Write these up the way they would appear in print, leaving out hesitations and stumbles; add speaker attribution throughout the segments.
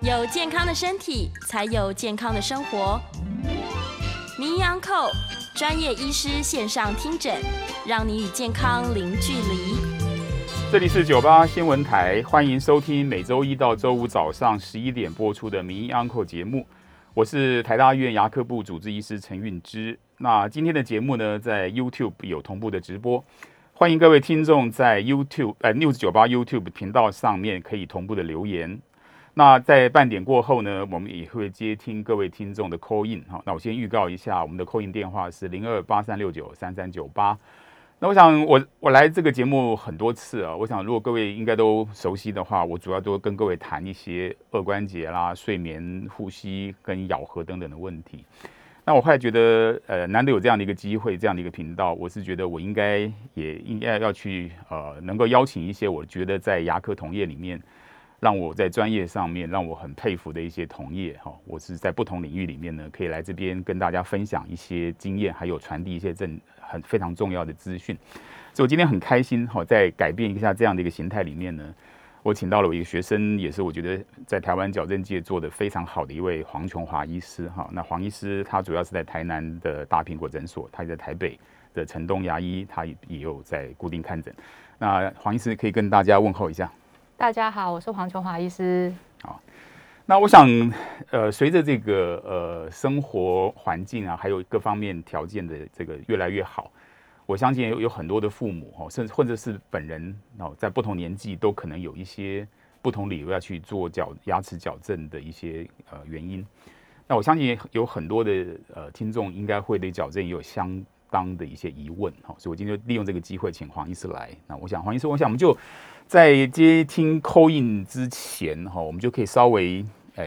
Speaker 1: 有健康的身体，才有健康的生活。名医安扣专业医师线上听诊，让你与健康零距离。
Speaker 2: 这里是98新闻台，欢迎收听每周一到周五早上11点播出的名医安扣节目。我是台大医院牙科部主治医师陈运之。那今天的节目呢，在 YouTube 有同步的直播，欢迎各位听众在 News98 YouTube 频道上面可以同步的留言。那在半点过后呢，我们也会接听各位听众的 call in。那我先预告一下，我们的 call in 电话是0283693398。那我想我来这个节目很多次啊，我想如果各位应该都熟悉的话，我主要都跟各位谈一些颚关节啦、睡眠、呼吸跟咬合等等的问题。那我后来觉得，难得有这样的一个机会，这样的一个频道，我是觉得我应该要去能够邀请一些我觉得在牙科同业里面，让我在专业上面让我很佩服的一些同业哈，我是在不同领域里面呢，可以来这边跟大家分享一些经验，还有传递一些非常重要的资讯。所以我今天很开心哈，在改变一下这样的一个形态里面呢，我请到了我一个学生，也是我觉得在台湾矫正界做得非常好的一位黄琼华医师哈。那黄医师他主要是在台南的大苹果诊所，他也在台北的成东牙医，他也有在固定看诊。那黄医师可以跟大家问候一下。
Speaker 3: 大家好，我是黄琼华医师。
Speaker 2: 好，那我想，随着这个生活环境啊，还有各方面条件的这个越来越好，我相信有很多的父母哦，甚至或者是本人哦，在不同年纪都可能有一些不同理由要去做牙齿矫正的一些原因。那我相信有很多的听众应该会对矫正也有相当的一些疑问哈，所以我今天就利用这个机会请黄医师来。那我想黄医师，我们就在接听 call in 之前哈，我们就可以稍微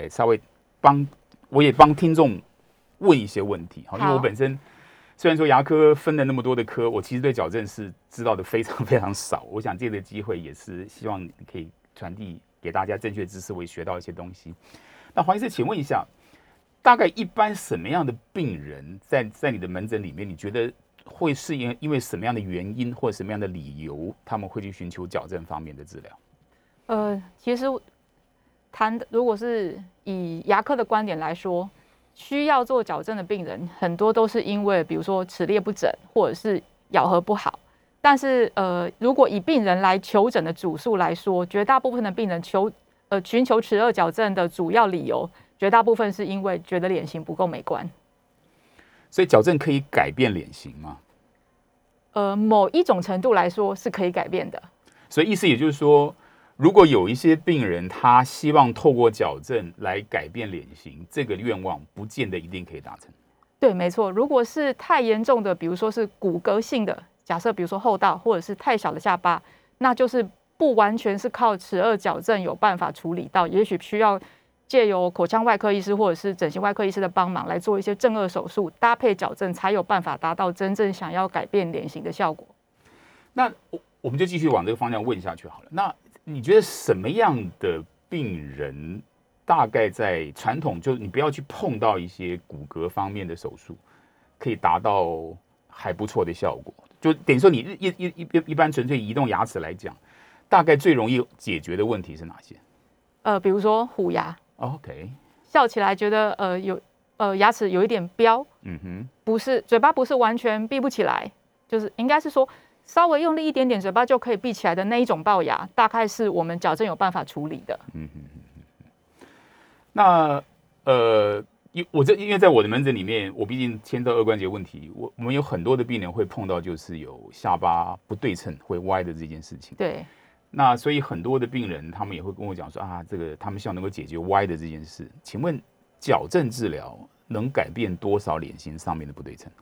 Speaker 2: 帮听众问一些问题哈，因为我本身虽然说牙科分了那么多的科，我其实对矫正是知道的非常非常少。我想这个机会也是希望你可以传递给大家正确知识，我也学到一些东西。那黄医师，请问一下，大概一般什么样的病人在你的门诊里面，你觉得会是因为什么样的原因或者什么样的理由，他们会去寻求矫正方面的治疗？
Speaker 3: 其实如果是以牙科的观点来说，需要做矫正的病人很多都是因为比如说齿列不整或者是咬合不好。但是如果以病人来求诊的主诉来说，绝大部分的病人寻求齿颚矫正的主要理由，绝大部分是因为觉得脸型不够美观。
Speaker 2: 所以矫正可以改变脸型吗？
Speaker 3: 某一种程度来说是可以改变的。
Speaker 2: 所以意思也就是说，如果有一些病人他希望透过矫正来改变脸型，这个愿望不见得一定可以达成。
Speaker 3: 对，没错。如果是太严重的，比如说是骨骼性的，假设比如说后道或者是太小的下巴，那就是不完全是靠齿颚矫正有办法处理到，也许需要借由口腔外科医师或者是整形外科医师的帮忙来做一些正颚手术，搭配矫正，才有办法达到真正想要改变脸型的效果。
Speaker 2: 那我们就继续往这个方向问下去好了。那你觉得什么样的病人大概在传统，就是你不要去碰到一些骨骼方面的手术，可以达到还不错的效果？就等于说你一般纯粹移动牙齿来讲，大概最容易解决的问题是哪些？
Speaker 3: 比如说虎牙。
Speaker 2: OK，
Speaker 3: 笑起来觉得牙齿有一点飙，不是嘴巴不是完全闭不起来，就是应该是说稍微用力一点点，嘴巴就可以闭起来的那一种龅牙，大概是我们矫正有办法处理的。
Speaker 2: 那因为在我的门诊里面，我毕竟牵到颚关节问题，我们有很多的病人会碰到就是有下巴不对称会歪的这件事情。
Speaker 3: 对。
Speaker 2: 那所以很多的病人他们也会跟我讲说啊，这个他们希望能够解决歪的这件事。请问矫正治疗能改变多少脸型上面的不对称？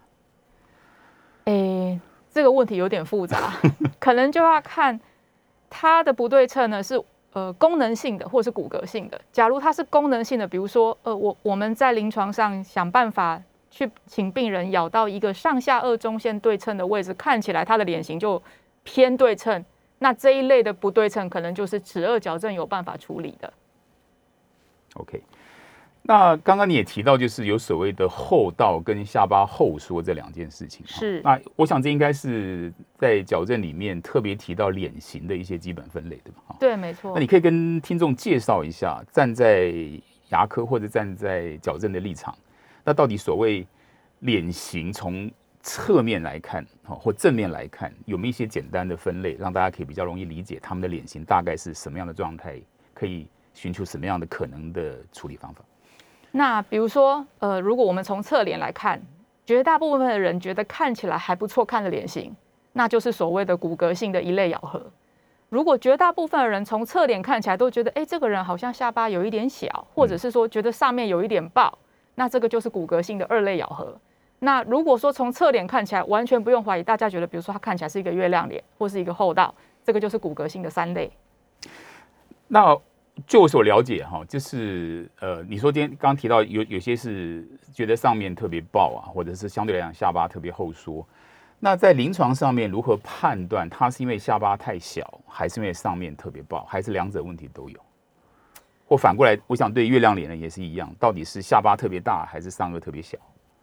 Speaker 3: 这个问题有点复杂，可能就要看它的不对称呢是功能性的或是骨骼性的。假如它是功能性的，比如说我们在临床上想办法去请病人咬到一个上下颚中线对称的位置，看起来他的脸型就偏对称。那这一类的不对称，可能就是齿颚矫正有办法处理的。
Speaker 2: OK， 那刚刚你也提到，就是有所谓的后倒跟下巴后缩这两件事情。
Speaker 3: 是。
Speaker 2: 那我想这应该是在矫正里面特别提到脸型的一些基本分类，对吧？
Speaker 3: 对，没错。
Speaker 2: 那你可以跟听众介绍一下，站在牙科或者站在矫正的立场，那到底所谓脸型从侧面来看或正面来看，有没有一些简单的分类，让大家可以比较容易理解他们的脸型大概是什么样的状态，可以寻求什么样的可能的处理方法？
Speaker 3: 那比如说，如果我们从侧脸来看，绝大部分的人觉得看起来还不错看的脸型，那就是所谓的骨骼性的一类咬合。如果绝大部分的人从侧脸看起来都觉得，这个人好像下巴有一点小，或者是说觉得上面有一点爆，那这个就是骨骼性的二类咬合。那如果说从侧脸看起来完全不用怀疑，大家觉得比如说他看起来是一个月亮脸或是一个厚道，这个就是骨骼性的三类。
Speaker 2: 那就我所了解就是你说今天刚提到有些是觉得上面特别爆啊，或者是相对来讲下巴特别后缩。那在临床上面如何判断它是因为下巴太小，还是因为上面特别爆，还是两者问题都有？或反过来，我想对月亮脸的也是一样，到底是下巴特别大，还是上颚特别小？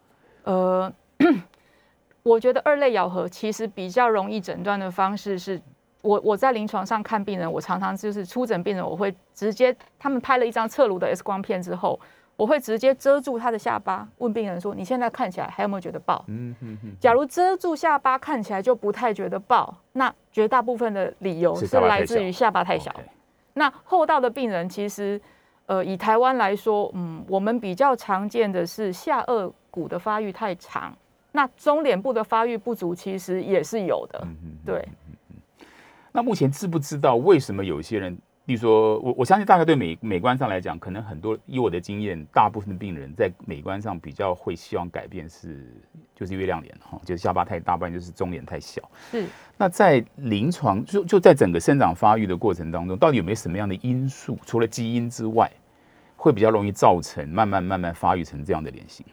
Speaker 3: 我觉得二类咬合其实比较容易诊断的方式是，我在临床上看病人，我常常就是初诊病人，我会直接他们拍了一张侧颅的 X 光片之后，我会直接遮住他的下巴，问病人说：“你现在看起来还有没有觉得爆？”假如遮住下巴看起来就不太觉得爆，那绝大部分的理由是来自于下巴太小。那后道的病人其实，以台湾来说，我们比较常见的是下颚骨的发育太长，那中脸部的发育不足其实也是有的。对。
Speaker 2: 那目前知不知道为什么有些人？例如说，我相信大概对美观上来讲，可能很多以我的经验，大部分的病人在美观上比较会希望改变就是月亮脸就是下巴太大，不然就是中脸太小。
Speaker 3: 是。
Speaker 2: 那在临床就在整个生长发育的过程当中，到底有没有什么样的因素，除了基因之外，会比较容易造成慢慢发育成这样的脸型？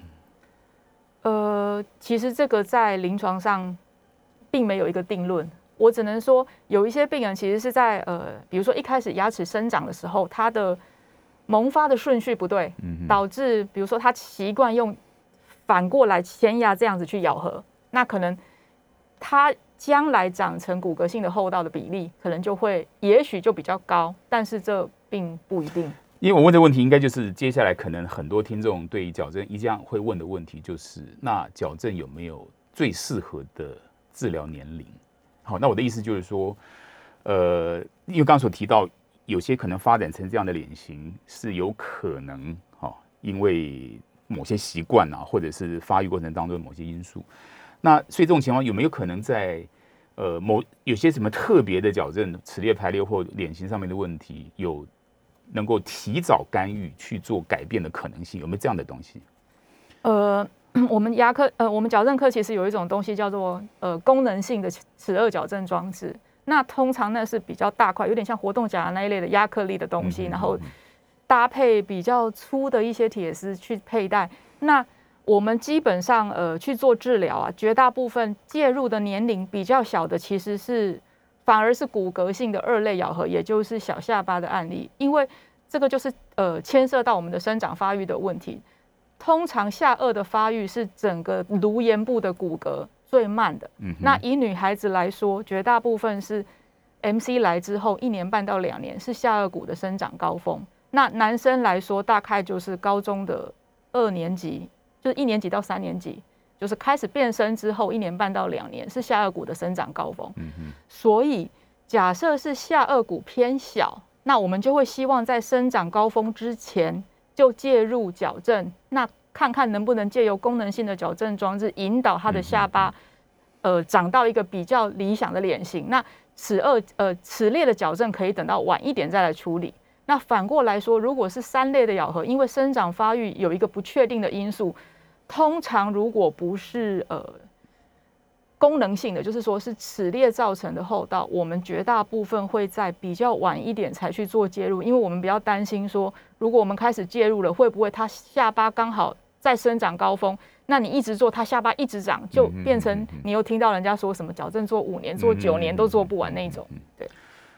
Speaker 3: 其实这个在临床上并没有一个定论。我只能说，有一些病人其实是在比如说一开始牙齿生长的时候，他的萌发的顺序不对，导致比如说他习惯用反过来前牙这样子去咬合，那可能他将来长成骨骼性的厚道的比例，可能也许就比较高，但是这并不一定。
Speaker 2: 因为我问的问题，应该就是接下来可能很多听众对于矫正一样会问的问题，就是那矫正有没有最适合的治疗年龄？好，那我的意思就是说，因为刚刚所提到，有些可能发展成这样的脸型是有可能，因为某些习惯啊，或者是发育过程当中的某些因素。那所以这种情况有没有可能在有些什么特别的矫正、齿列排列或脸型上面的问题，有能够提早干预去做改变的可能性？有没有这样的东西？
Speaker 3: 我们牙科我们矫正科其实有一种东西叫做功能性的齿颚矫正装置。那通常那是比较大块，有点像活动假牙那一类的亚克力的东西，然后搭配比较粗的一些铁丝去佩戴。那我们基本上去做治疗啊，绝大部分介入的年龄比较小的，其实反而是骨骼性的二类咬合，也就是小下巴的案例，因为这个就是牵涉到我们的生长发育的问题。通常下颚的发育是整个颅沿部的骨骼最慢的。那以女孩子来说，绝大部分是 MC 来之后1年半到2年是下颚骨的生长高峰。那男生来说，大概就是高中的2年级，就是1年级到3年级，就是开始变声之后1年半到2年是下颚骨的生长高峰。所以假设是下颚骨偏小，那我们就会希望在生长高峰之前就介入矫正，那看看能不能借由功能性的矫正装置引导他的下巴，长到一个比较理想的脸型。那齿列的矫正可以等到晚一点再来处理。那反过来说，如果是3类的咬合，因为生长发育有一个不确定的因素，通常如果不是功能性的，就是说是齿列造成的厚道，我们绝大部分会在比较晚一点才去做介入，因为我们比较担心说，如果我们开始介入了，会不会他下巴刚好在生长高峰，那你一直做，他下巴一直长，就变成你又听到人家说什么矫正做5年、做9年都做不完那种。对。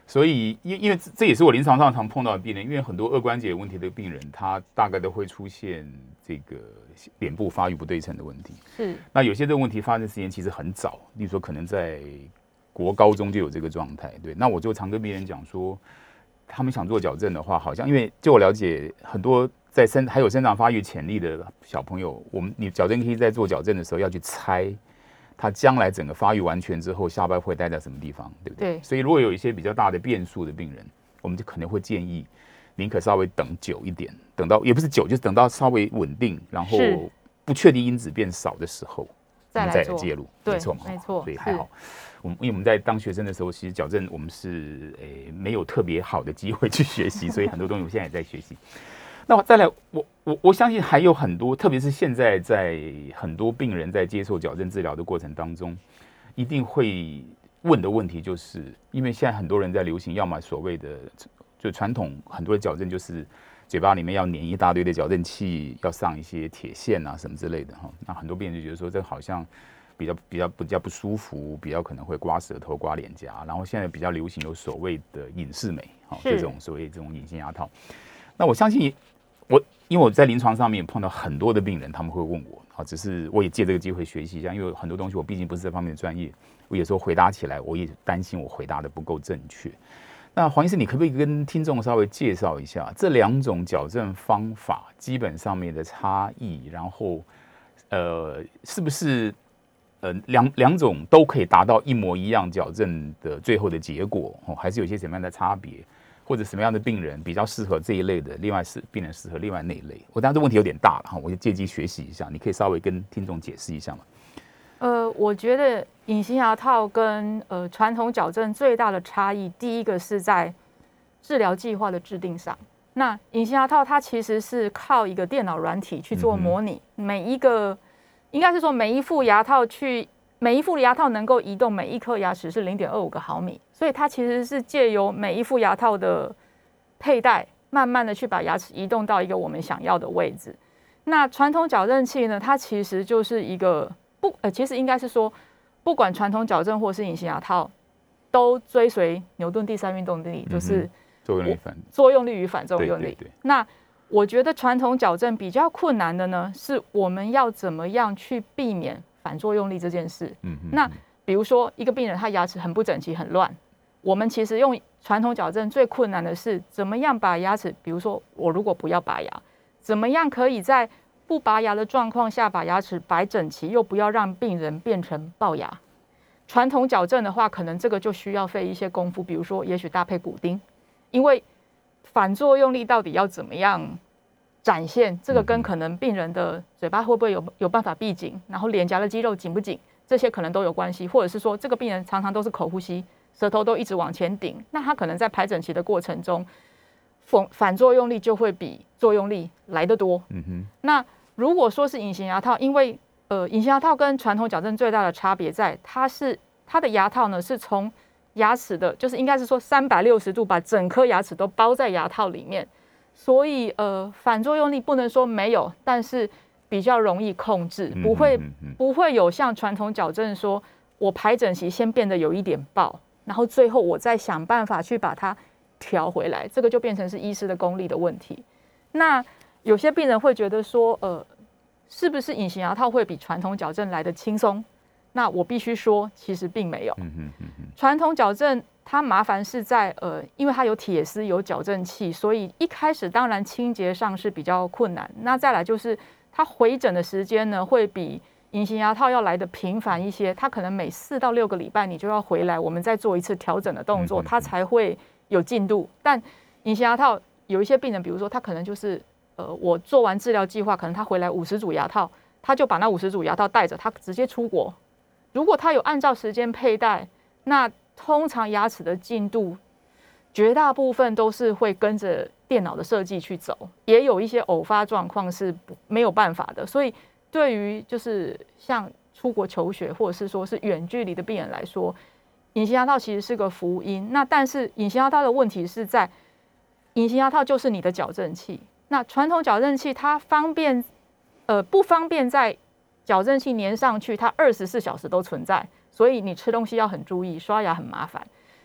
Speaker 2: 所以因为这也是我临床上常碰到的病人，因为很多颚关节有问题的病人，他大概都会出现这个脸部发育不对称的问题。
Speaker 3: 是，
Speaker 2: 那有些这个问题发生时间其实很早，例如说可能在国高中就有这个状态。对，那我就常跟病人讲说，他们想做矫正的话，好像因为就我了解，很多还有生长发育潜力的小朋友，你矫正科在做矫正的时候要去猜他将来整个发育完全之后，下巴会待在什么地方，对不对？
Speaker 3: 对。
Speaker 2: 所以如果有一些比较大的变数的病人，我们就可能会建议宁可稍微等久一点，等到也不是久，就是等到稍微稳定，然后不确定因子变少的时候，再来介入。
Speaker 3: 对，
Speaker 2: 没错嘛，
Speaker 3: 没错，
Speaker 2: 所以还好。因为我们在当学生的时候，其实矫正我们是没有特别好的机会去学习，所以很多东西我现在也在学习。那再来，我相信还有很多，特别是现在在很多病人在接受矫正治疗的过程当中，一定会问的问题，就是因为现在很多人在流行，要么所谓的就传统很多的矫正就是嘴巴里面要粘一大堆的矫正器，要上一些铁线啊什么之类的哈。那很多病人就觉得说这好像比较不舒服，比较可能会刮舌头、刮脸颊。然后现在比较流行有所谓的隐适美，这种所谓这种隐形牙套。那我相信因为我在临床上面也碰到很多的病人，他们会问我，只是我也借这个机会学习一下，因为很多东西我毕竟不是这方面的专业，我有时候回答起来，我也担心我回答的不够正确。那黄医师，你可不可以跟听众稍微介绍一下这两种矫正方法基本上面的差异，然后是不是两种都可以达到一模一样矫正的最后的结果，还是有些什么样的差别？或者什么样的病人比较适合这一类的，另外是病人适合另外那一类。我当然这问题有点大了哈，我就借机学习一下，你可以稍微跟听众解释一下吗？
Speaker 3: 我觉得隐形牙套跟传统矫正最大的差异，第一个是在治疗计划的制定上。那隐形牙套它其实是靠一个电脑软体去做模拟，应该是说每一副牙套能够移动每一颗牙齿是0.25个毫米，所以它其实是借由每一副牙套的佩戴，慢慢的去把牙齿移动到一个我们想要的位置。那传统矫正器呢，它其实就是一个其实应该是说，不管传统矫正或是隐形牙套，都追随牛顿第3运动定理，就是作用力与反作用力。那我觉得传统矫正比较困难的呢，是我们要怎么样去避免反作用力这件事。那比如说一个病人他牙齿很不整齐很乱，我们其实用传统矫正最困难的是怎么样把牙齿，比如说我如果不要拔牙，怎么样可以在不拔牙的状况下把牙齿摆整齐，又不要让病人变成龅牙。传统矫正的话，可能这个就需要费一些功夫，比如说也许搭配骨钉，因为反作用力到底要怎么样展现，这个跟可能病人的嘴巴会不会有办法闭紧，然后脸颊的肌肉紧不紧，这些可能都有关系。或者是说这个病人常常都是口呼吸，舌头都一直往前顶，那他可能在排整齐的过程中，反作用力就会比作用力来得多。那如果说是隐形牙套，因为隐形牙套跟传统矫正最大的差别在它的牙套呢是从牙齿的，就是应该是说360度把整颗牙齿都包在牙套里面，所以反作用力不能说没有，但是比较容易控制，不会有像传统矫正说我排整齐先变得有一点爆，然后最后我再想办法去把它调回来，这个就变成是医师的功力的问题。那有些病人会觉得说是不是隐形牙套会比传统矫正来得轻松？那我必须说其实并没有。传统矫正它麻烦是在因为它有铁丝有矫正器，所以一开始当然清洁上是比较困难。那再来就是它回诊的时间呢会比隐形牙套要来得频繁一些，它可能每4到6个礼拜你就要回来，我们再做一次调整的动作，它才会有进度。但隐形牙套有一些病人，比如说他可能就是我做完治疗计划，可能他回来50组牙套，他就把那50组牙套带着，他直接出国。如果他有按照时间佩戴，那通常牙齿的进度绝大部分都是会跟着电脑的设计去走，也有一些偶发状况是没有办法的。所以对于就是像出国求学或者是说是远距离的病人来说，隐形牙套其实是个福音。那但是隐形牙套的问题是在隐形牙套就是你的矫正器，那传统矫正器它不方便在矫正器粘上去，它24小时都存在，所以你吃东西要很注意，刷牙很麻烦。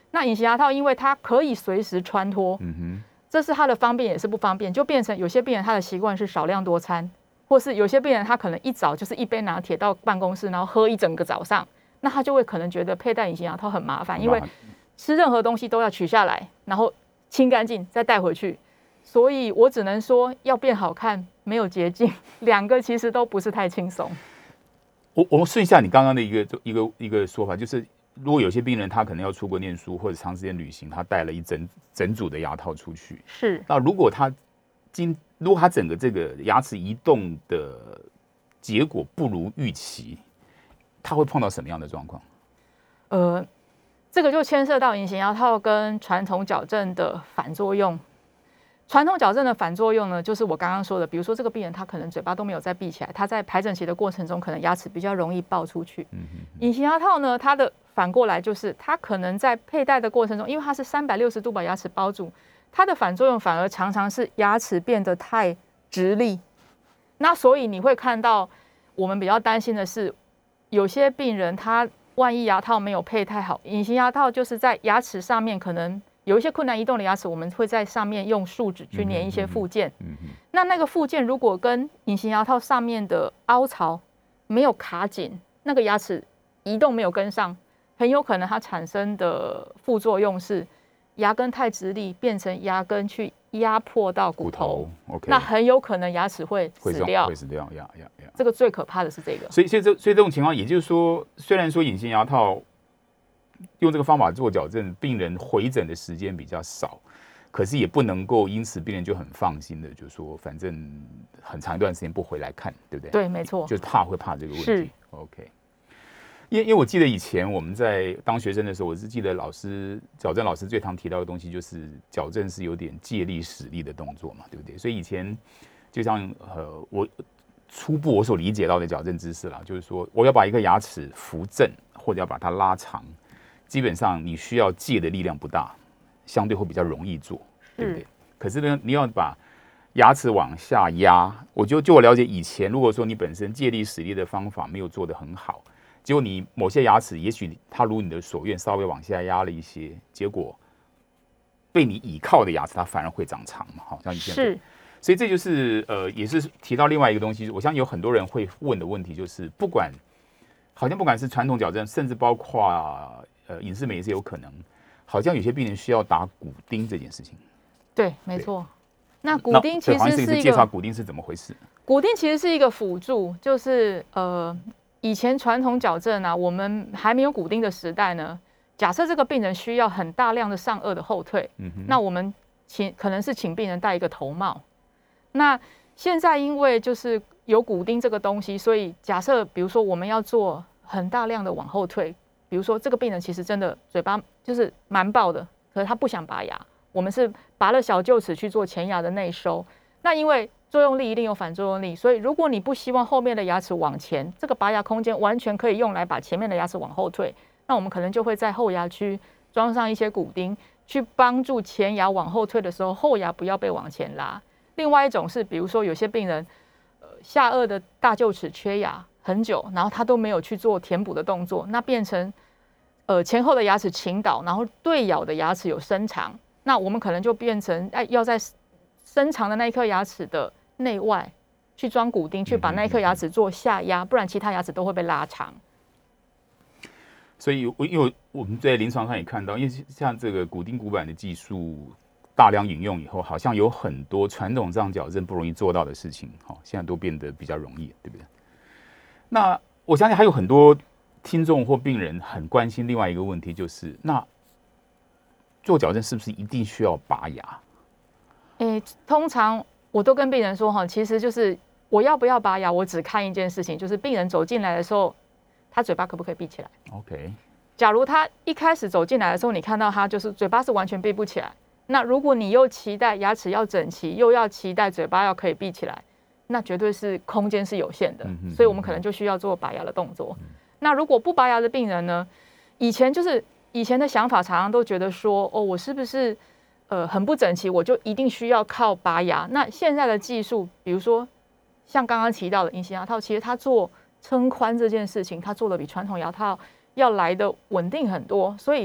Speaker 3: 那隐形牙套因为它可以随时穿脱，这是它的方便也是不方便，就变成有些病人他的习惯是少量多餐，或是有些病人他可能一早就是一杯拿铁到办公室，然后喝一整个早上，那他就会可能觉得佩戴隐形牙套很麻烦，因为吃任何东西都要取下来，然后清干净再带回去，所以我只能说要变好看没有捷径，两个其实都不是太轻松。
Speaker 2: 我顺一下你刚刚的一个说法，就是如果有些病人他可能要出国念书或者长时间旅行，他带了一整组的牙套出去，
Speaker 3: 是。
Speaker 2: 那如果他整个这个牙齿移动的结果不如预期，他会碰到什么样的状况？
Speaker 3: 这个就牵涉到隐形牙套跟传统矫正的反作用。传统矫正的反作用呢，就是我刚刚说的，比如说这个病人他可能嘴巴都没有再闭起来，他在排整齐的过程中，可能牙齿比较容易爆出去。隐形牙套呢，它的反过来就是它可能在佩戴的过程中，因为它是360度把牙齿包住，它的反作用反而常常是牙齿变得太直立。那所以你会看到，我们比较担心的是，有些病人他万一牙套没有配太好，隐形牙套就是在牙齿上面可能有一些困难移动的牙齿，我们会在上面用树脂去粘一些附件。那个附件如果跟隐形牙套上面的凹槽没有卡紧，那个牙齿移动没有跟上，很有可能它产生的副作用是牙根太直立，变成牙根去压迫到骨头。那很有可能牙齿会死掉。
Speaker 2: 会死掉呀。
Speaker 3: 这个最可怕的是这个。
Speaker 2: 所以这种情况，也就是说，虽然说隐形牙套用这个方法做矫正，病人回诊的时间比较少，可是也不能够因此病人就很放心的，就是说反正很长一段时间不回来看，对不对？
Speaker 3: 对，没错，
Speaker 2: 就是怕这个问题。OK， 因为我记得以前我们在当学生的时候，我是记得矫正老师最常提到的东西就是矫正是有点借力使力的动作嘛，对不对？所以以前就像我初步我所理解到的矫正知识啦，就是说我要把一个牙齿扶正或者要把它拉长，基本上你需要借的力量不大，相对会比较容易做，对不对？可是呢，你要把牙齿往下压，就我了解，以前如果说你本身借力使力的方法没有做得很好，结果你某些牙齿也许它如你的所愿稍微往下压了一些，结果被你倚靠的牙齿它反而会长长嘛，好像以前是。所以这就是也是提到另外一个东西，我相信有很多人会问的问题，就是好像不管是传统矫正，甚至包括隐适美也是有可能，好像有些病人需要打骨钉这件事情。
Speaker 3: 对，没错。那骨钉其实是一个
Speaker 2: 介绍骨钉是怎么回事？
Speaker 3: 骨钉其实是一个辅助，就是以前传统矫正啊，我们还没有骨钉的时代呢。假设这个病人需要很大量的上颚的后退，那我们可能是请病人戴一个头帽。那现在因为就是有骨钉这个东西，所以假设比如说我们要做很大量的往后退，比如说这个病人其实真的嘴巴就是蛮爆的，可是他不想拔牙，我们是拔了小臼齿去做前牙的内收。那因为作用力一定有反作用力，所以如果你不希望后面的牙齿往前，这个拔牙空间完全可以用来把前面的牙齿往后退，那我们可能就会在后牙区装上一些骨钉，去帮助前牙往后退的时候，后牙不要被往前拉。另外一种是，比如说有些病人，下颚的大臼齿缺牙很久，然后他都没有去做填补的动作，那变成前后的牙齿倾倒，然后对咬的牙齿有伸长，那我们可能就变成要在伸长的那一颗牙齿的内外去装骨钉，去把那一颗牙齿做下压，不然其他牙齿都会被拉长。
Speaker 2: 所以因为我们在临床上也看到，因为像这个骨钉骨板的技术大量引用以后，好像有很多传统上矫正不容易做到的事情，现在都变得比较容易，对不对？那我相信还有很多听众或病人很关心另外一个问题，就是那做矫正是不是一定需要拔牙？
Speaker 3: 通常我都跟病人说，其实就是我要不要拔牙，我只看一件事情，就是病人走进来的时候，他嘴巴可不可以闭起来
Speaker 2: ？OK。
Speaker 3: 假如他一开始走进来的时候，你看到他就是嘴巴是完全闭不起来，那如果你又期待牙齿要整齐，又要期待嘴巴要可以闭起来，那绝对是空间是有限的，所以我们可能就需要做拔牙的动作。那如果不拔牙的病人呢？以前的想法常常都觉得说，我是不是很不整齐，我就一定需要靠拔牙？那现在的技术，比如说像刚刚提到的隐形牙套，其实它做撑宽这件事情，它做的比传统牙套要来的稳定很多。所以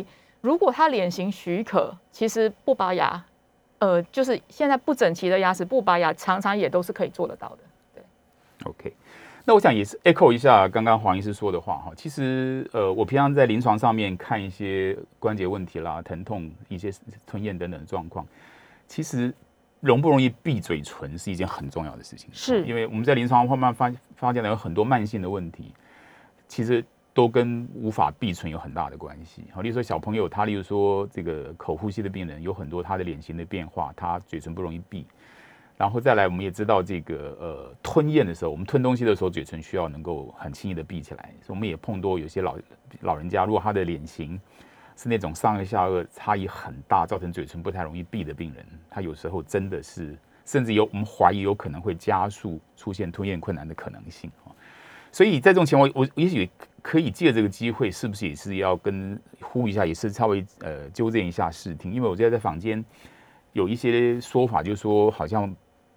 Speaker 3: 如果他脸型许可，其实不拔牙，就是现在不整齐的牙齿不拔牙，常常也都是可以做得到的。对
Speaker 2: ，OK。那我想也是 echo 一下刚刚黄医师说的话哈。其实我平常在临床上面看一些关节问题啦、疼痛、一些吞咽等等的状况，其实容不容易闭嘴唇是一件很重要的事情。
Speaker 3: 是
Speaker 2: 因为我们在临床慢慢发现了有很多慢性的问题，其实都跟无法闭唇有很大的关系。好，例如说小朋友他，例如说这个口呼吸的病人，有很多他的脸型的变化，他嘴唇不容易闭。然后再来，我们也知道这个吞咽的时候，我们吞东西的时候，嘴唇需要能够很轻易的闭起来。所以我们也碰多有些老人家，如果他的脸型是那种上颚下颚差异很大，造成嘴唇不太容易闭的病人，他有时候真的是，甚至我们怀疑有可能会加速出现吞咽困难的可能性。所以在这种情况，我也许可以借这个机会，是不是也是要呼一下，也是稍微纠正一下视听，因为我在坊间有一些说法，就是说好像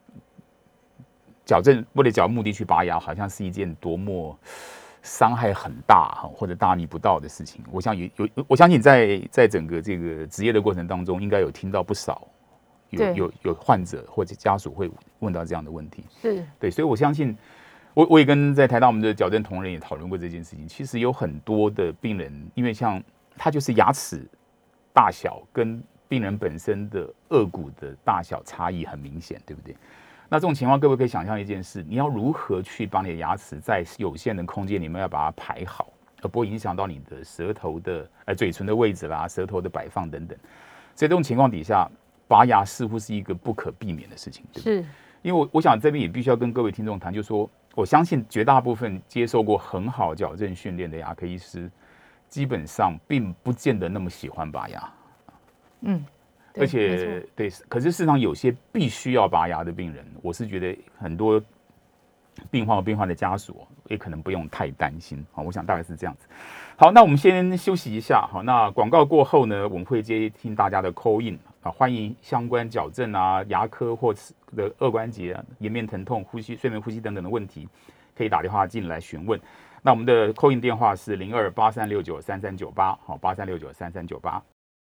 Speaker 2: 为了矫正目的去拔牙，好像是一件多么伤害很大或者大逆不道的事情。我相信在整个这个职业的过程当中，应该有听到不少有患者或者家属会问到这样的问题。
Speaker 3: 是
Speaker 2: 对，所以我相信，我也跟在台大我们的矫正同仁也讨论过这件事情。其实有很多的病人，因为像他就是牙齿大小跟病人本身的颚骨的大小差异很明显，对不对？那这种情况，各位可以想象一件事：你要如何去把你的牙齿在有限的空间里面要把它排好，而不会影响到你的舌头的嘴唇的位置啦、舌头的摆放等等。所以这种情况底下，拔牙似乎是一个不可避免的事情，对不对？是，因为我想这边也必须要跟各位听众谈，就是说，我相信绝大部分接受过很好矫正训练的牙科医师，基本上并不见得那么喜欢拔牙。而且对，可是事实上有些必须要拔牙的病人，我是觉得很多病患和病患的家属也可能不用太担心。好，我想大概是这样子。好，那我们先休息一下。好，那广告过后呢，我们会接听大家的 call in 啊，欢迎相关矫正啊、牙科或的颚关节、颜面疼痛、睡眠呼吸等等的问题，可以打电话进来询问。那我们的 call in 电话是0283693398，好，83693398。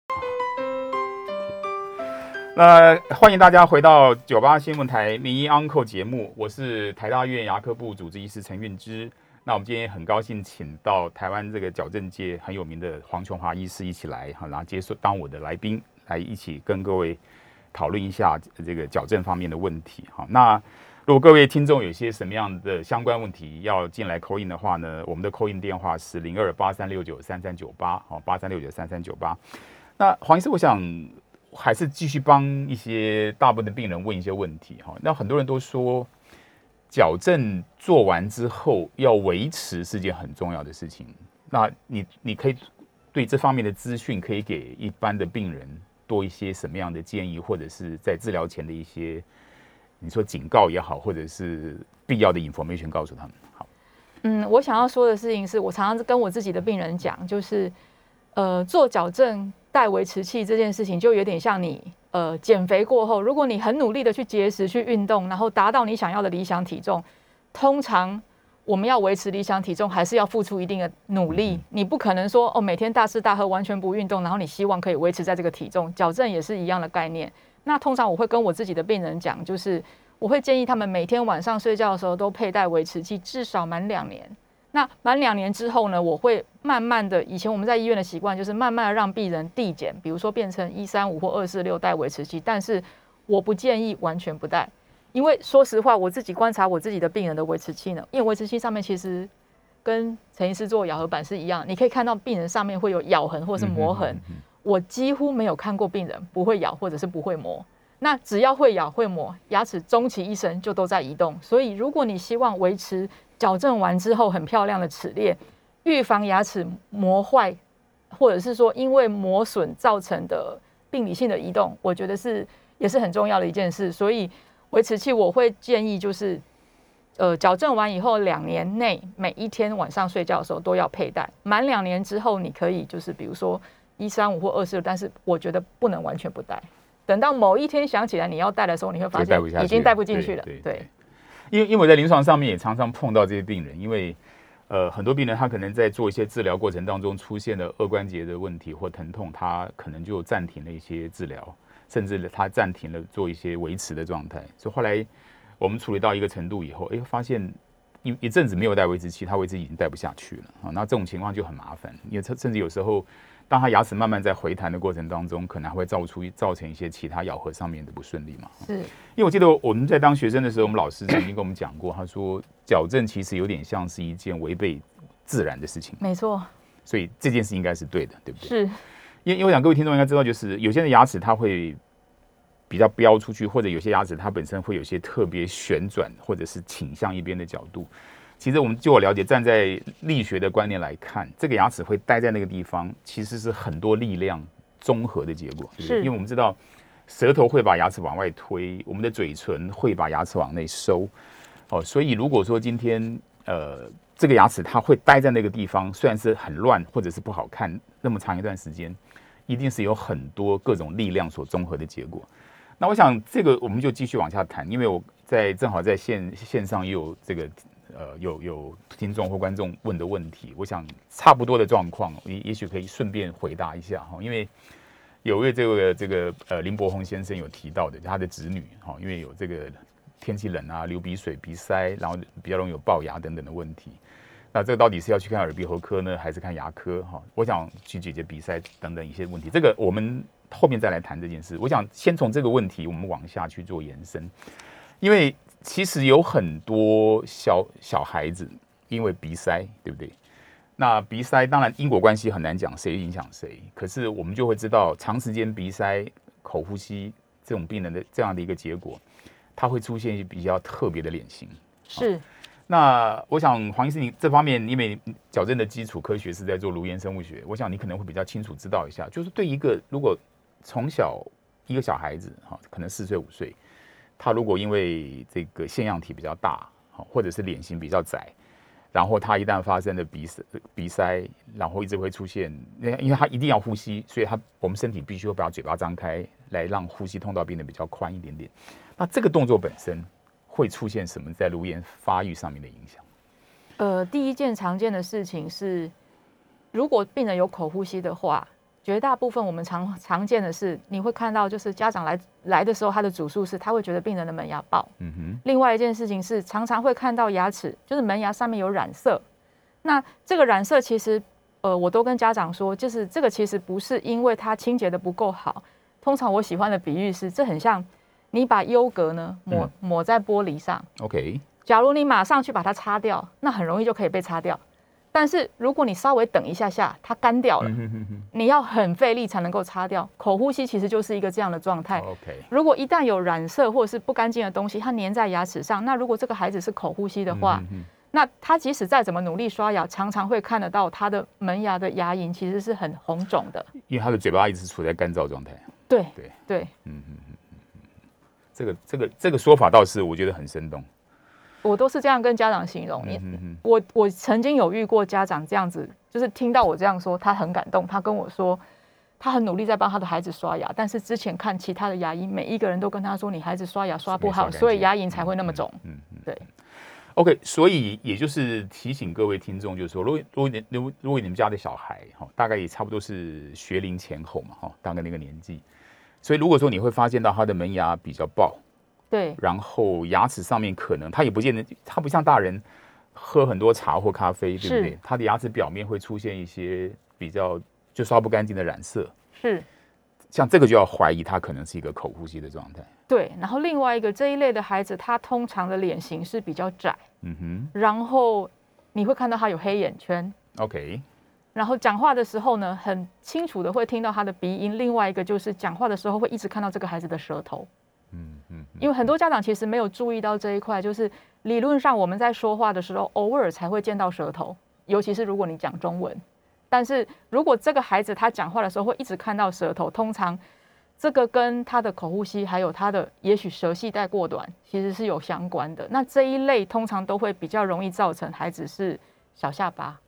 Speaker 2: 欢迎大家回到98新闻台名医 Uncle 节目，我是台大医院牙科部主治医师陈运之。那我们今天很高兴请到台湾这个矫正界很有名的黄琼华医师一起来，然后当我的来宾，来一起跟各位讨论一下这个矫正方面的问题。好，那如果各位听众有些什么样的相关问题要进来 call in 的话呢，我们的 call in 电话是0283693398，好，83693398。那黄医师，我想还是继续帮一些大部分的病人问一些问题哈。那很多人都说，矫正做完之后要维持是件很重要的事情。那你可以对这方面的资讯，可以给一般的病人多一些什么样的建议，或者是在治疗前的一些你说警告也好，或者是必要的 information 告诉他们。好，
Speaker 3: 我想要说的事情是，我常常跟我自己的病人讲，就是做矫正戴维持器这件事情，就有点像你减肥过后，如果你很努力的去节食、去运动，然后达到你想要的理想体重，通常我们要维持理想体重，还是要付出一定的努力。你不可能说每天大吃大喝，完全不运动，然后你希望可以维持在这个体重。矫正也是一样的概念。那通常我会跟我自己的病人讲，就是我会建议他们每天晚上睡觉的时候都佩戴维持器，至少满2年。那满2年之后呢，我会慢慢的，以前我们在医院的习惯就是慢慢的让病人递减，比如说变成135或246戴维持器，但是我不建议完全不戴，因为说实话，我自己观察我自己的病人的维持器呢，因为维持器上面其实跟陈医师做咬合板是一样，你可以看到病人上面会有咬痕或是磨痕，我几乎没有看过病人不会咬或者是不会磨。那只要会咬会磨，牙齿终其一生就都在移动。所以如果你希望维持矫正完之后很漂亮的齿列，预防牙齿磨坏，或者是说因为磨损造成的病理性的移动，我觉得也是很重要的一件事。所以维持器我会建议就是矫正完以后2年内每一天晚上睡觉的时候都要佩戴。满2年之后你可以就是比如说135或246，但是我觉得不能完全不戴。等到某一天想起来你要戴的时候，你会发现已经戴不进去了。对，
Speaker 2: 因为我在临床上面也常常碰到这些病人，因为很多病人他可能在做一些治疗过程当中出现了颌关节的问题或疼痛，他可能就暂停了一些治疗，甚至他暂停了做一些维持的状态。所以后来我们处理到一个程度以后，发现一阵子没有戴维持器，他维持器已经戴不下去了啊。那这种情况就很麻烦，因为甚至有时候，当他牙齿慢慢在回弹的过程当中，可能还会造成一些其他咬合上面的不顺利嘛。
Speaker 3: 是，
Speaker 2: 因为我记得我们在当学生的时候，我们老师曾经跟我们讲过，他说矫正其实有点像是一件违背自然的事情。
Speaker 3: 没错。
Speaker 2: 所以这件事应该是对的，对不对？
Speaker 3: 是。
Speaker 2: 因为我想各位听众应该知道，就是有些人牙齿它会比较飙出去，或者有些牙齿它本身会有些特别旋转，或者是倾向一边的角度。其实我们就我了解，站在力学的观念来看，这个牙齿会待在那个地方，其实是很多力量综合的结果。
Speaker 3: 是，
Speaker 2: 因为我们知道舌头会把牙齿往外推，我们的嘴唇会把牙齿往内收。所以如果说今天这个牙齿它会待在那个地方，虽然是很乱或者是不好看，那么长一段时间，一定是有很多各种力量所综合的结果。那我想这个我们就继续往下谈，因为我正好在线上也有这个有听众或观众问的问题，我想差不多的状况，也许可以顺便回答一下哈。因为有位这个林柏宏先生有提到的，他的子女哈，因为有这个天气冷啊，流鼻水、鼻塞，然后比较容易有龅牙等等的问题。那这个到底是要去看耳鼻喉科呢，还是看牙科哈？我想去解决鼻塞等等一些问题，这个我们后面再来谈这件事。我想先从这个问题我们往下去做延伸，因为其实有很多小孩子因为鼻塞，对不对？那鼻塞当然因果关系很难讲谁影响谁，可是我们就会知道长时间鼻塞、口呼吸这种病人的这样的一个结果，它会出现一些比较特别的脸型。
Speaker 3: 是。
Speaker 2: 那我想黄医师，你这方面因为矫正的基础科学是在做颅炎生物学，我想你可能会比较清楚知道一下，就是对一个如果从小一个小孩子可能4岁5岁，他如果因为这个腺样体比较大，或者是脸型比较窄，然后他一旦发生了鼻塞，然后一直会出现，因为他一定要呼吸，所以我们身体必须会把嘴巴张开，来让呼吸通道变得比较宽一点点。那这个动作本身会出现什么在颅炎发育上面的影响？
Speaker 3: 第一件常见的事情是，如果病人有口呼吸的话，绝大部分我们常见的是，你会看到就是家长来的时候，他的主诉是他会觉得病人的门牙爆。另外一件事情是，常常会看到牙齿就是门牙上面有染色。那这个染色其实我都跟家长说，就是这个其实不是因为它清洁的不够好。通常我喜欢的比喻是，这很像你把优格呢抹在玻璃上。
Speaker 2: OK，
Speaker 3: 假如你马上去把它擦掉，那很容易就可以被擦掉。但是如果你稍微等一下下，它干掉了，你要很费力才能够擦掉。口呼吸其实就是一个这样的状态。如果一旦有染色或者是不干净的东西，它粘在牙齿上，那如果这个孩子是口呼吸的话，那他即使再怎么努力刷牙，常常会看得到他的门牙的牙龈其实是很红肿的，
Speaker 2: 因为他的嘴巴一直处在干燥状态。
Speaker 3: 对，
Speaker 2: 这个说法倒是我觉得很生动。
Speaker 3: 我都是这样跟家长形容。我曾经有遇过家长这样子，就是听到我这样说，他很感动，他跟我说，他很努力在帮他的孩子刷牙，但是之前看其他的牙医，每一个人都跟他说，你孩子刷牙刷不好，所以牙龈才会那么肿。对。
Speaker 2: OK， 所以也就是提醒各位听众，就是说，如果你们家的小孩大概也差不多是学龄前后嘛，大概那个年纪，所以如果说你会发现到他的门牙比较爆，
Speaker 3: 对，
Speaker 2: 然后牙齿上面可能他也不见得，他不像大人喝很多茶或咖啡，对不对？他的牙齿表面会出现一些比较就刷不干净的染色，
Speaker 3: 是，
Speaker 2: 像这个就要怀疑他可能是一个口呼吸的状态。
Speaker 3: 对，然后另外一个这一类的孩子，他通常的脸型是比较窄，然后你会看到他有黑眼圈
Speaker 2: ，OK，
Speaker 3: 然后讲话的时候呢，很清楚的会听到他的鼻音。另外一个就是讲话的时候会一直看到这个孩子的舌头，因为很多家长其实没有注意到这一块，就是理论上我们在说话的时候，偶尔才会见到舌头，尤其是如果你讲中文。但是如果这个孩子他讲话的时候会一直看到舌头，通常这个跟他的口呼吸还有他的也许舌系带过短其实是有相关的。那这一类通常都会比较容易造成孩子是小下巴。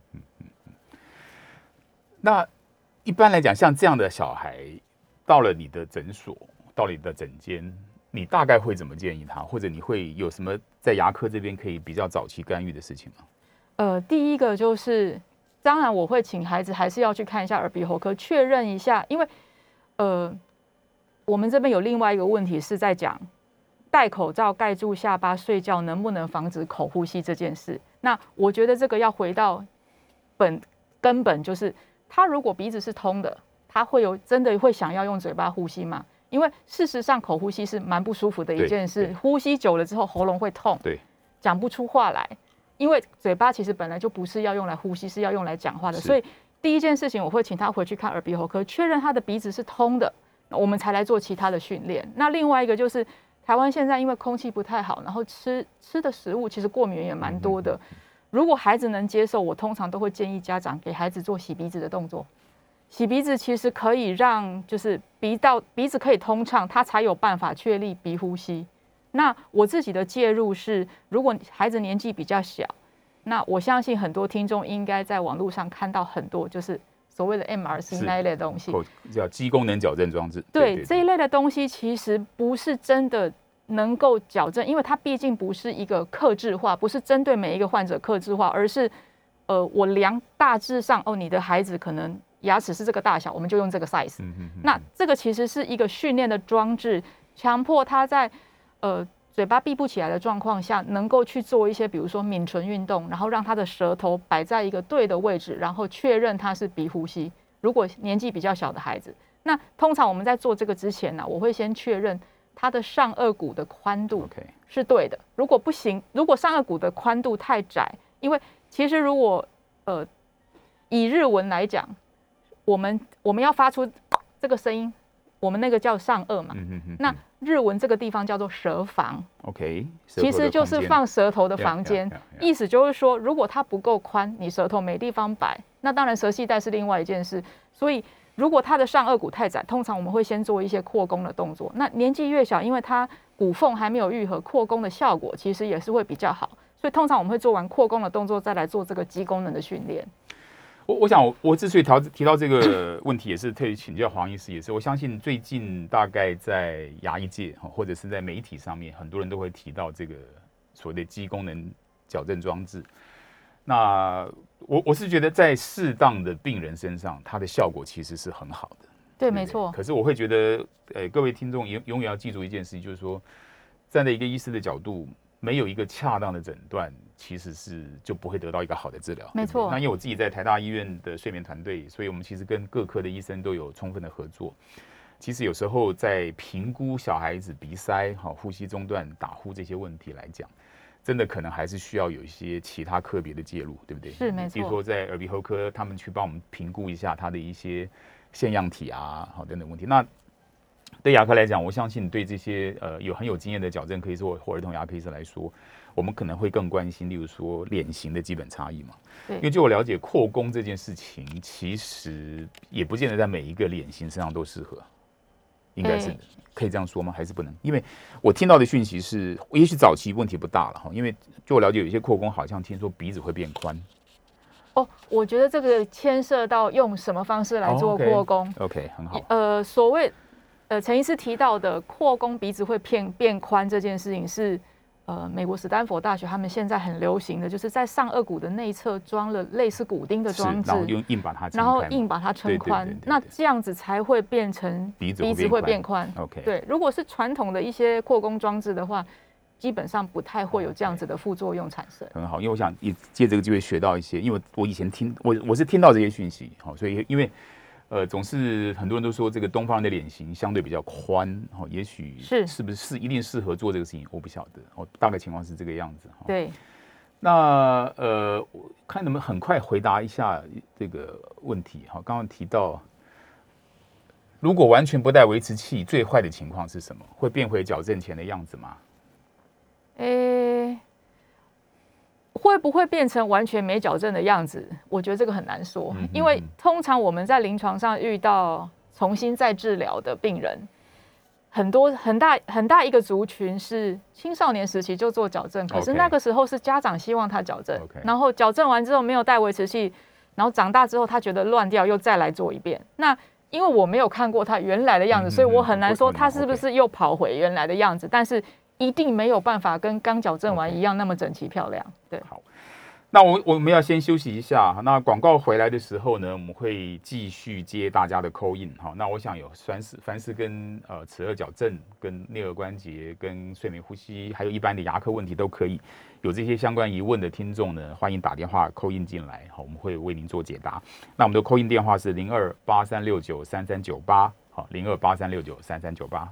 Speaker 2: 那一般来讲，像这样的小孩到了你的诊所，到了你的诊间，你大概会怎么建议他，或者你会有什么在牙科这边可以比较早期干预的事情吗？
Speaker 3: 第一个就是，当然我会请孩子还是要去看一下耳鼻喉科，确认一下，因为我们这边有另外一个问题是在讲戴口罩盖住下巴睡觉能不能防止口呼吸这件事。那我觉得这个要回到根本，就是他如果鼻子是通的，他真的会想要用嘴巴呼吸吗？因为事实上口呼吸是蛮不舒服的一件事，呼吸久了之后喉咙会痛，讲不出话来。因为嘴巴其实本来就不是要用来呼吸，是要用来讲话的，所以第一件事情我会请他回去看耳鼻喉科，确认他的鼻子是通的，我们才来做其他的训练。那另外一个就是台湾现在因为空气不太好，然后吃的食物其实过敏也蛮多的。如果孩子能接受，我通常都会建议家长给孩子做洗鼻子的动作。洗鼻子其实可以让就是鼻子可以通畅，他才有办法确立鼻呼吸。那我自己的介入是，如果孩子年纪比较小，那我相信很多听众应该在网络上看到很多就是所谓的 MRC 那一类的东西，
Speaker 2: 叫肌功能矫正装置。
Speaker 3: 对，这一类的东西其实不是真的能够矫正，因为它毕竟不是一个客制化，不是针对每一个患者客制化，而是我量大致上你的孩子可能牙齿是这个大小，我们就用这个 size。那这个其实是一个训练的装置，强迫他在嘴巴闭不起来的状况下，能够去做一些比如说抿唇运动，然后让他的舌头摆在一个对的位置，然后确认他是鼻呼吸。如果年纪比较小的孩子，那通常我们在做这个之前呢，我会先确认他的上颚骨的宽度是对的。如果不行，如果上颚骨的宽度太窄，因为其实如果以日文来讲，我们要发出这个声音，我们那个叫上颚嘛，那日文这个地方叫做舌房，OK， 其实就是放舌头的房间。意思就是说，如果它不够宽，你舌头没地方摆，那当然舌系带是另外一件事。所以如果它的上颚骨太窄，通常我们会先做一些扩弓的动作。那年纪越小，因为它骨缝还没有愈合，扩弓的效果其实也是会比较好。所以通常我们会做完扩弓的动作，再来做这个肌功能的训练。
Speaker 2: 我想我之所以提到这个问题，也是特意请教黄医师，也是我相信最近大概在牙医界或者是在媒体上面，很多人都会提到这个所谓的肌功能矫正装置。那我是觉得在适当的病人身上，它的效果其实是很好的。
Speaker 3: 对，没错。
Speaker 2: 可是我会觉得，各位听众永远要记住一件事情，就是说，站在一个医师的角度，没有一个恰当的诊断，其实就不会得到一个好的治疗。
Speaker 3: 没错。
Speaker 2: 那因为我自己在台大医院的睡眠团队，所以我们其实跟各科的医生都有充分的合作。其实有时候在评估小孩子鼻塞、呼吸中断、打呼这些问题来讲，真的可能还是需要有一些其他科别的介入，对不对？
Speaker 3: 是，没错。
Speaker 2: 比如说在耳鼻喉科，他们去帮我们评估一下他的一些腺样体啊，等等问题。那对牙科来讲，我相信对这些很有经验的矫正科医师或儿童牙科医师来说，我们可能会更关心，例如说脸型的基本差异嘛。
Speaker 3: 对。
Speaker 2: 因为据我了解，扩弓这件事情其实也不见得在每一个脸型身上都适合，应该是可以这样说吗？还是不能？因为我听到的讯息是，也许早期问题不大了哈，因为据我了解，有一些扩弓好像听说鼻子会变宽。
Speaker 3: 我觉得这个牵涉到用什么方式来做扩弓。
Speaker 2: OK， 很好。
Speaker 3: 所谓陈医师提到的扩弓鼻子会变宽这件事情是，美国史丹佛大学他们现在很流行的，就是在上颚骨的内侧装了类似骨钉的装置，
Speaker 2: 然后硬把它
Speaker 3: 撑宽，那这样子才会变成鼻子会变宽。
Speaker 2: OK，
Speaker 3: 对，如果是传统的一些扩弓装置的话，基本上不太会有这样子的副作用产生。
Speaker 2: 很好，因为我想也借这个机会学到一些，因为我以前我是听到这些讯息，所以因为总是很多人都说这个东方人的脸型相对比较宽，也许是不是一定适合做这个事情，我不晓得。大概情况是这个样子。
Speaker 3: 对。
Speaker 2: 那我看能不能很快回答一下这个问题。刚刚提到，如果完全不带维持器，最坏的情况是什么？会变回矫正前的样子吗？
Speaker 3: 会不会变成完全没矫正的样子？我觉得这个很难说，因为通常我们在临床上遇到重新再治疗的病人，很大一个族群是青少年时期就做矫正，可是那个时候是家长希望他矫正，然后矫正完之后没有带维持器，然后长大之后他觉得乱掉，又再来做一遍。那因为我没有看过他原来的样子，所以我很难说他是不是又跑回原来的样子，但是一定没有办法跟刚矫正完一样那么整齐漂亮。对，
Speaker 2: 好。 那我们要先休息一下。那广告回来的时候呢，我们会继续接大家的 call in 哈。那我想有凡是跟齿颚矫正、跟颞颌关节、跟睡眠呼吸，还有一般的牙科问题都可以。有这些相关疑问的听众呢，欢迎打电话 call in 进来，好，我们会为您做解答。那我们的 call in 电话是0283693398，好，0283693398。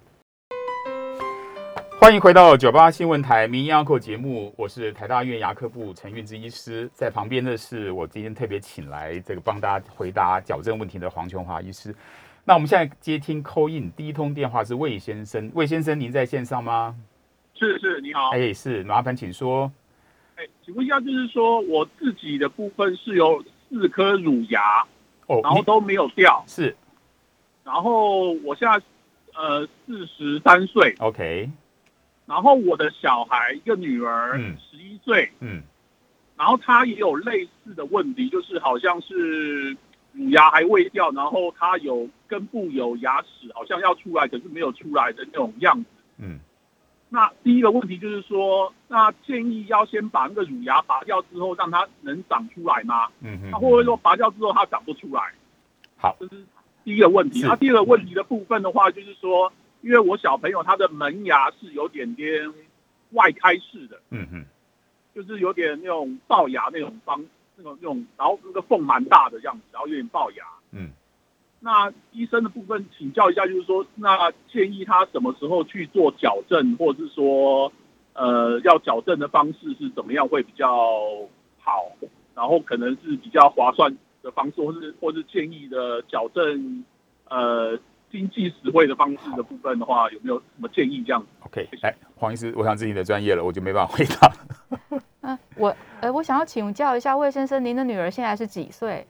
Speaker 2: 欢迎回到98新闻台名医安扣节目，我是台大医院牙科部陈运之医师，在旁边的是我今天特别请来这个帮大家回答矫正问题的黄琼华医师。那我们现在接听 call in， 第一通电话是魏先生，魏先生您在线上吗？
Speaker 4: 是，你好。
Speaker 2: 是，麻烦请说。
Speaker 4: 请问一下，就是说我自己的部分是有4颗乳牙，然后都没有掉，
Speaker 2: 是。
Speaker 4: 然后我现在43岁
Speaker 2: ，OK。
Speaker 4: 然后我的小孩一个女儿11岁，然后她也有类似的问题，就是好像是乳牙还未掉，然后她有根部有牙齿好像要出来，可是没有出来的那种样子。那第一个问题就是说，那建议要先把那个乳牙拔掉之后，让它能长出来吗？那会不会说拔掉之后它长不出来？
Speaker 2: 好，
Speaker 4: 这是第一个问题。那第二个问题的部分的话，就是说，因为我小朋友他的门牙是有点点外开式的，就是有点那种龅牙那种然后那个缝蛮大的样子，然后有点龅牙，那医生的部分请教一下，就是说，那建议他什么时候去做矫正，或者是说，要矫正的方式是怎么样会比较好，然后可能是比较划算的方式，或是建议的矫正，经济实惠的方式的部分的话，有没有什么建议这样子
Speaker 2: ？OK， 来，黄医师，我想自己的专业了，我就没办法回答。
Speaker 3: 我想要请教一下魏先生，您的女儿现在是几岁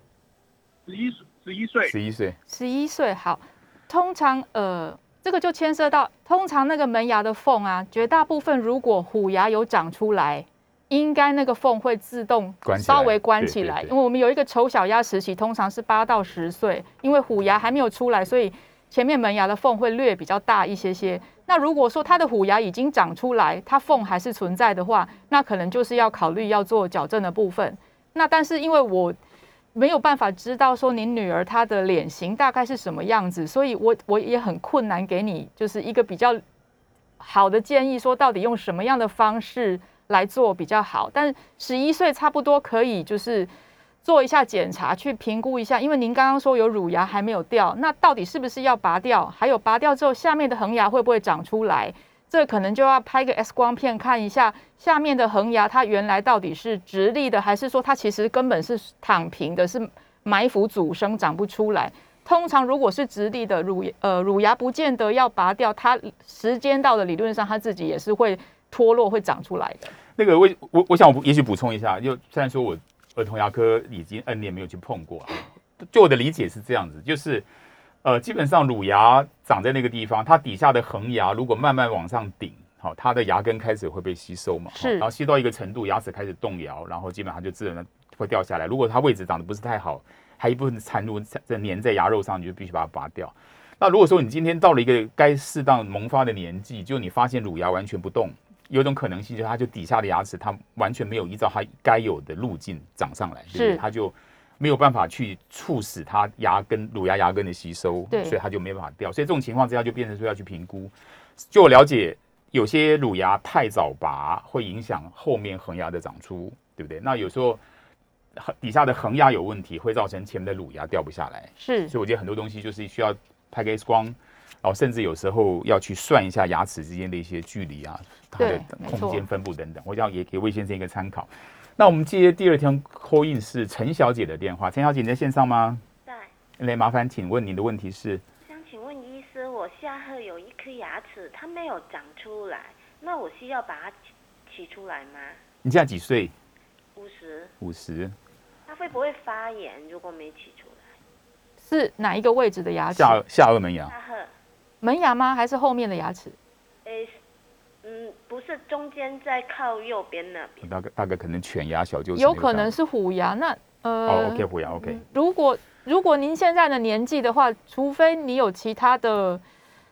Speaker 3: ？11岁。好，通常这个就牵涉到，通常那个门牙的缝啊，绝大部分如果虎牙有长出来，应该那个缝会自动稍微关起来，因为我们有一个丑小鸭时期，通常是8到10岁，因为虎牙还没有出来，所以前面门牙的缝会略比较大一些些。那如果说它的虎牙已经长出来，它缝还是存在的话，那可能就是要考虑要做矫正的部分。那但是因为我没有办法知道说您女儿她的脸型大概是什么样子，所以我也很困难给你就是一个比较好的建议，说到底用什么样的方式来做比较好。但11岁差不多可以就是做一下检查，去评估一下，因为您刚刚说有乳牙还没有掉，那到底是不是要拔掉？还有拔掉之后下面的恒牙会不会长出来？这可能就要拍个 X 光片看一下下面的恒牙，它原来到底是直立的，还是说它其实根本是躺平的，是埋伏阻生长不出来。通常如果是直立的乳牙不见得要拔掉，它时间到的理论上它自己也是会脱落会长出来的。
Speaker 2: 那个我想我也许补充一下，就虽然说我儿童牙科已经N年没有去碰过，就我的理解是这样子，就是基本上乳牙长在那个地方，它底下的恒牙如果慢慢往上顶，好，它的牙根开始会被吸收嘛，然后吸到一个程度，牙齿开始动摇，然后基本上就自然会掉下来。如果它位置长得不是太好，还一部分残留粘在牙肉上，你就必须把它拔掉。那如果说你今天到了一个该适当萌发的年纪，就你发现乳牙完全不动，有一种可能性就是它就底下的牙齿它完全没有依照它该有的路径长上来，对不对？它就没有办法去促使它乳牙牙根的吸收，所以它就没办法掉。所以这种情况之下就变成说要去评估。就我了解，有些乳牙太早拔会影响后面恒牙的长出，对不对？那有时候底下的恒牙有问题，会造成前面的乳牙掉不下来。所以我觉得很多东西就是需要拍个 X 光，然后甚至有时候要去算一下牙齿之间的一些距离啊，它的空间分布等等。我想也给魏先生一个参考。那我们接第二条 call in 是陈小姐的电话，陈小姐你在线上吗？
Speaker 5: 在。
Speaker 2: 来，麻烦请问您的问题是？
Speaker 5: 想请问医师，我下颌有一颗牙齿，它没有长出来，那我需要把它取出来吗？
Speaker 2: 你现在几岁？50。
Speaker 5: 它会不会发炎？如果没取出来，
Speaker 3: 是哪一个位置的牙齿？
Speaker 2: 下颚门牙。
Speaker 5: 下颚
Speaker 3: 门牙吗？还是后面的牙齿？
Speaker 5: 不是，中间在靠右边那边。
Speaker 2: 大概可能犬牙、小臼齿。
Speaker 3: 有可能是虎牙。那
Speaker 2: OK 虎牙 OK。
Speaker 3: 如果您现在的年纪的话，除非你有其他的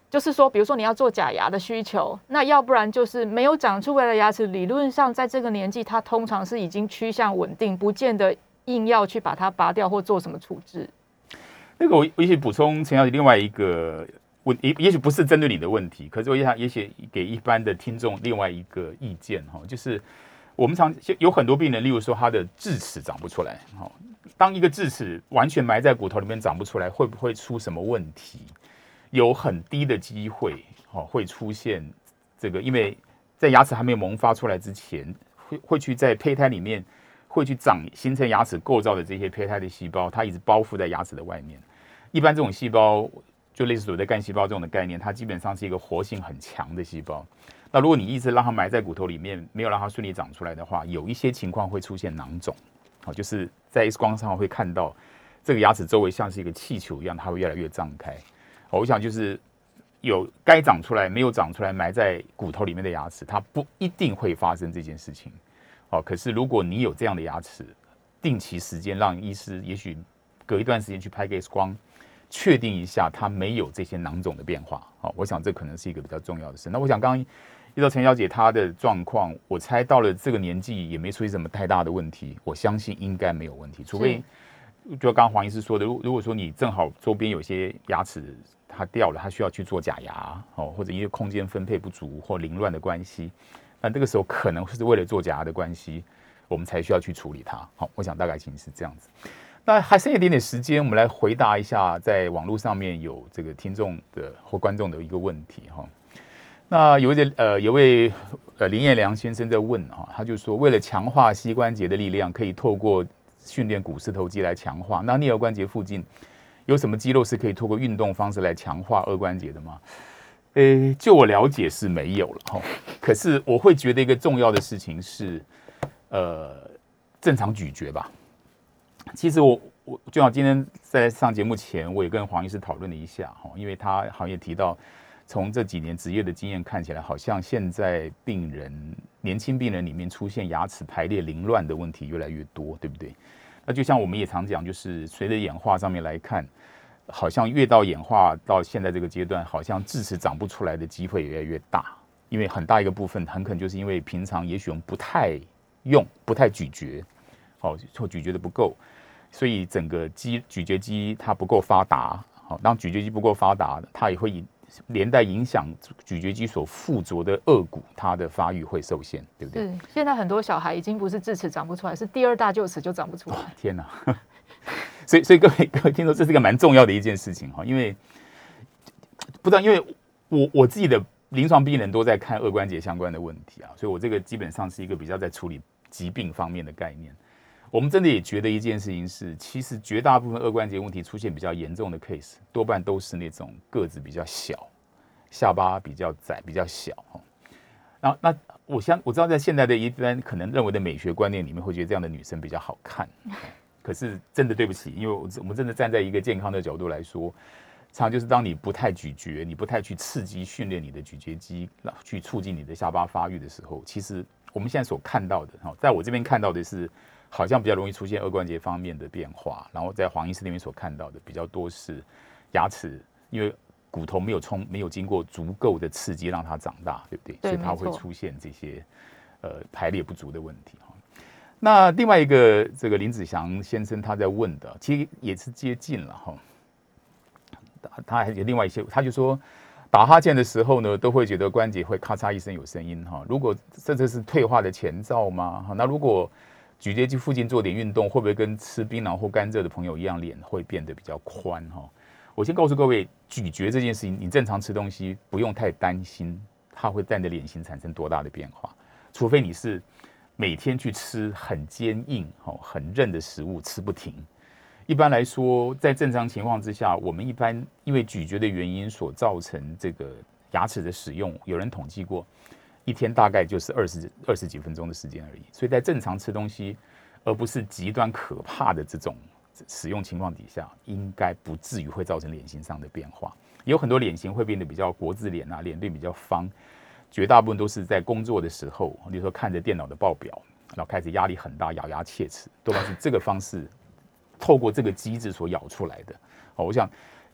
Speaker 3: 就是说，比如说你要做假牙的需求，那要不然就是没有长出来的牙齿，理论上在这个年纪，它通常是已经趋向稳定，不见得硬要去把它拔掉或做什么处置。
Speaker 2: 那个我也许补充陈小姐另外一个也许不是针对你的问题，可是我也许给一般的听众另外一个意见哈，就是我们有很多病人，例如说他的智齿长不出来，当一个智齿完全埋在骨头里面长不出来，会不会出什么问题？有很低的机会会出现这个，因为在牙齿还没有萌发出来之前，会去在胚胎里面会去形成牙齿构造的这些胚胎的细胞，它一直包覆在牙齿的外面。一般这种细胞就类似所谓的干细胞这种的概念，它基本上是一个活性很强的细胞。那如果你一直让它埋在骨头里面，没有让它顺利长出来的话，有一些情况会出现囊肿，就是在 X 光上会看到这个牙齿周围像是一个气球一样，它会越来越胀开。我想就是有该长出来没有长出来埋在骨头里面的牙齿，它不一定会发生这件事情。可是如果你有这样的牙齿，定期时间让医师也许隔一段时间去拍个 X 光，确定一下它没有这些囊肿的变化。我想这可能是一个比较重要的事。那我想刚刚遇到陈小姐她的状况，我猜到了这个年纪也没出现什么太大的问题，我相信应该没有问题，除非就刚刚黄医师说的，如果说你正好周边有些牙齿它掉了，它需要去做假牙或者因为空间分配不足或凌乱的关系，那这个时候可能是为了做假牙的关系，我们才需要去处理它。我想大概情形是这样子。那还剩一点点时间，我们来回答一下在网络上面有这个听众的或观众的一个问题那有位林彦良先生在问他就说，为了强化膝关节的力量，可以透过训练股四头肌来强化。那颞颌关节附近有什么肌肉是可以透过运动方式来强化颚关节的吗？就我了解是没有了可是我会觉得一个重要的事情是，正常咀嚼吧。其实我就像今天在上节目前，我也跟黄医师讨论了一下因为他好像也提到，从这几年职业的经验看起来，好像现在年轻病人里面出现牙齿排列凌乱的问题越来越多，对不对？那就像我们也常讲，就是随着演化上面来看，好像越到演化到现在这个阶段，好像智齿长不出来的机会也越来越大，因为很大一个部分很可能就是因为平常也许我们不太咀嚼，或咀嚼的不够，所以整个咀嚼肌它不够发达。当咀嚼肌不够发达，它也会连带影响咀嚼肌所附着的颚骨，它的发育会受限，对不对？
Speaker 3: 是，现在很多小孩已经不是智齿长不出来，是第二大臼齿就长不出来。
Speaker 2: 天哪！所以各位听说，这是一个蛮重要的一件事情因为不知道，因为我自己的临床病人都在看颚关节相关的问题所以我这个基本上是一个比较在处理疾病方面的概念。我们真的也觉得一件事情是，其实绝大部分颚关节问题出现比较严重的 case， 多半都是那种个子比较小，下巴比较窄、比较小。那我知道在现在的一般可能认为的美学观念里面，会觉得这样的女生比较好看。可是真的对不起，因为我们真的站在一个健康的角度来说，常常就是当你不太咀嚼，你不太去刺激训练你的咀嚼肌，去促进你的下巴发育的时候，其实我们现在所看到的，在我这边看到的是，好像比较容易出现颚关节方面的变化，然后在黄医师那边所看到的比较多是牙齿，因为骨头没有经过足够的刺激让它长大，对不对？
Speaker 3: 对，
Speaker 2: 所以它会出现这些排列不足的问题。那另外一个这个林子祥先生他在问的，其实也是接近了他还有另外一些，他就说打哈欠的时候呢，都会觉得关节会咔嚓一声有声音如果这是退化的前兆吗？那如果咀嚼肌附近做点运动，会不会跟吃槟榔或甘蔗的朋友一样，脸会变得比较宽我先告诉各位，咀嚼这件事情，你正常吃东西不用太担心它会在你的脸型产生多大的变化，除非你是每天去吃很坚硬很韧的食物吃不停。一般来说，在正常情况之下，我们一般因为咀嚼的原因所造成这个牙齿的使用，有人统计过，一天大概就是20几分钟的时间而已。所以在正常吃东西，而不是极端可怕的这种使用情况底下，应该不至于会造成脸型上的变化。有很多脸型会变得比较国字脸脸变比较方，绝大部分都是在工作的时候，比如说看着电脑的报表，然后开始压力很大，咬牙切齿，多半是这个方式透过这个机制所咬出来的。我想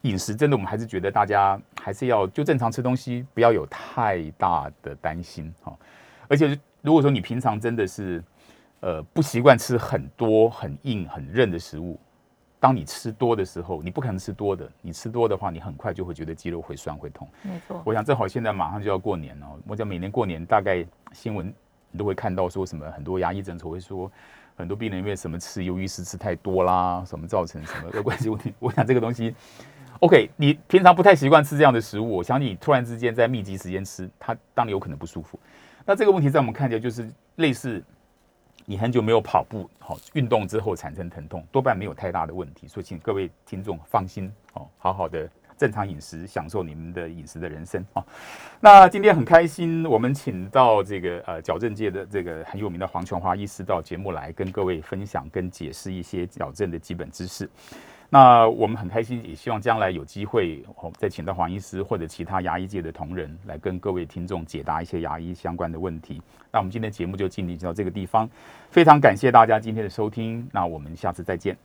Speaker 2: 饮食真的，我们还是觉得大家还是要就正常吃东西，不要有太大的担心哈。而且如果说你平常真的是不习惯吃很多很硬很韧的食物，当你吃多的时候，你不可能吃多的，你吃多的话，你很快就会觉得肌肉会酸会痛。
Speaker 3: 没错，
Speaker 2: 我想正好现在马上就要过年了，我讲每年过年大概新闻你都会看到说什么，很多牙医诊所会说。很多病人因为什么吃鱿鱼丝吃太多啦，什么造成什么的关系问题。我想这个东西 ，OK， 你平常不太习惯吃这样的食物，我相信你突然之间在密集时间吃，它当然有可能不舒服。那这个问题在我们看起来就是类似你很久没有跑步，运动之后产生疼痛，多半没有太大的问题。所以请各位听众放心，好好的正常饮食，享受你们的饮食的人生啊。那今天很开心，我们请到这个矫正界的这个很有名的黄琼华医师到节目来跟各位分享跟解释一些矫正的基本知识。那我们很开心，也希望将来有机会再请到黄医师或者其他牙医界的同仁来跟各位听众解答一些牙医相关的问题。那我们今天的节目就进行到这个地方，非常感谢大家今天的收听，那我们下次再见。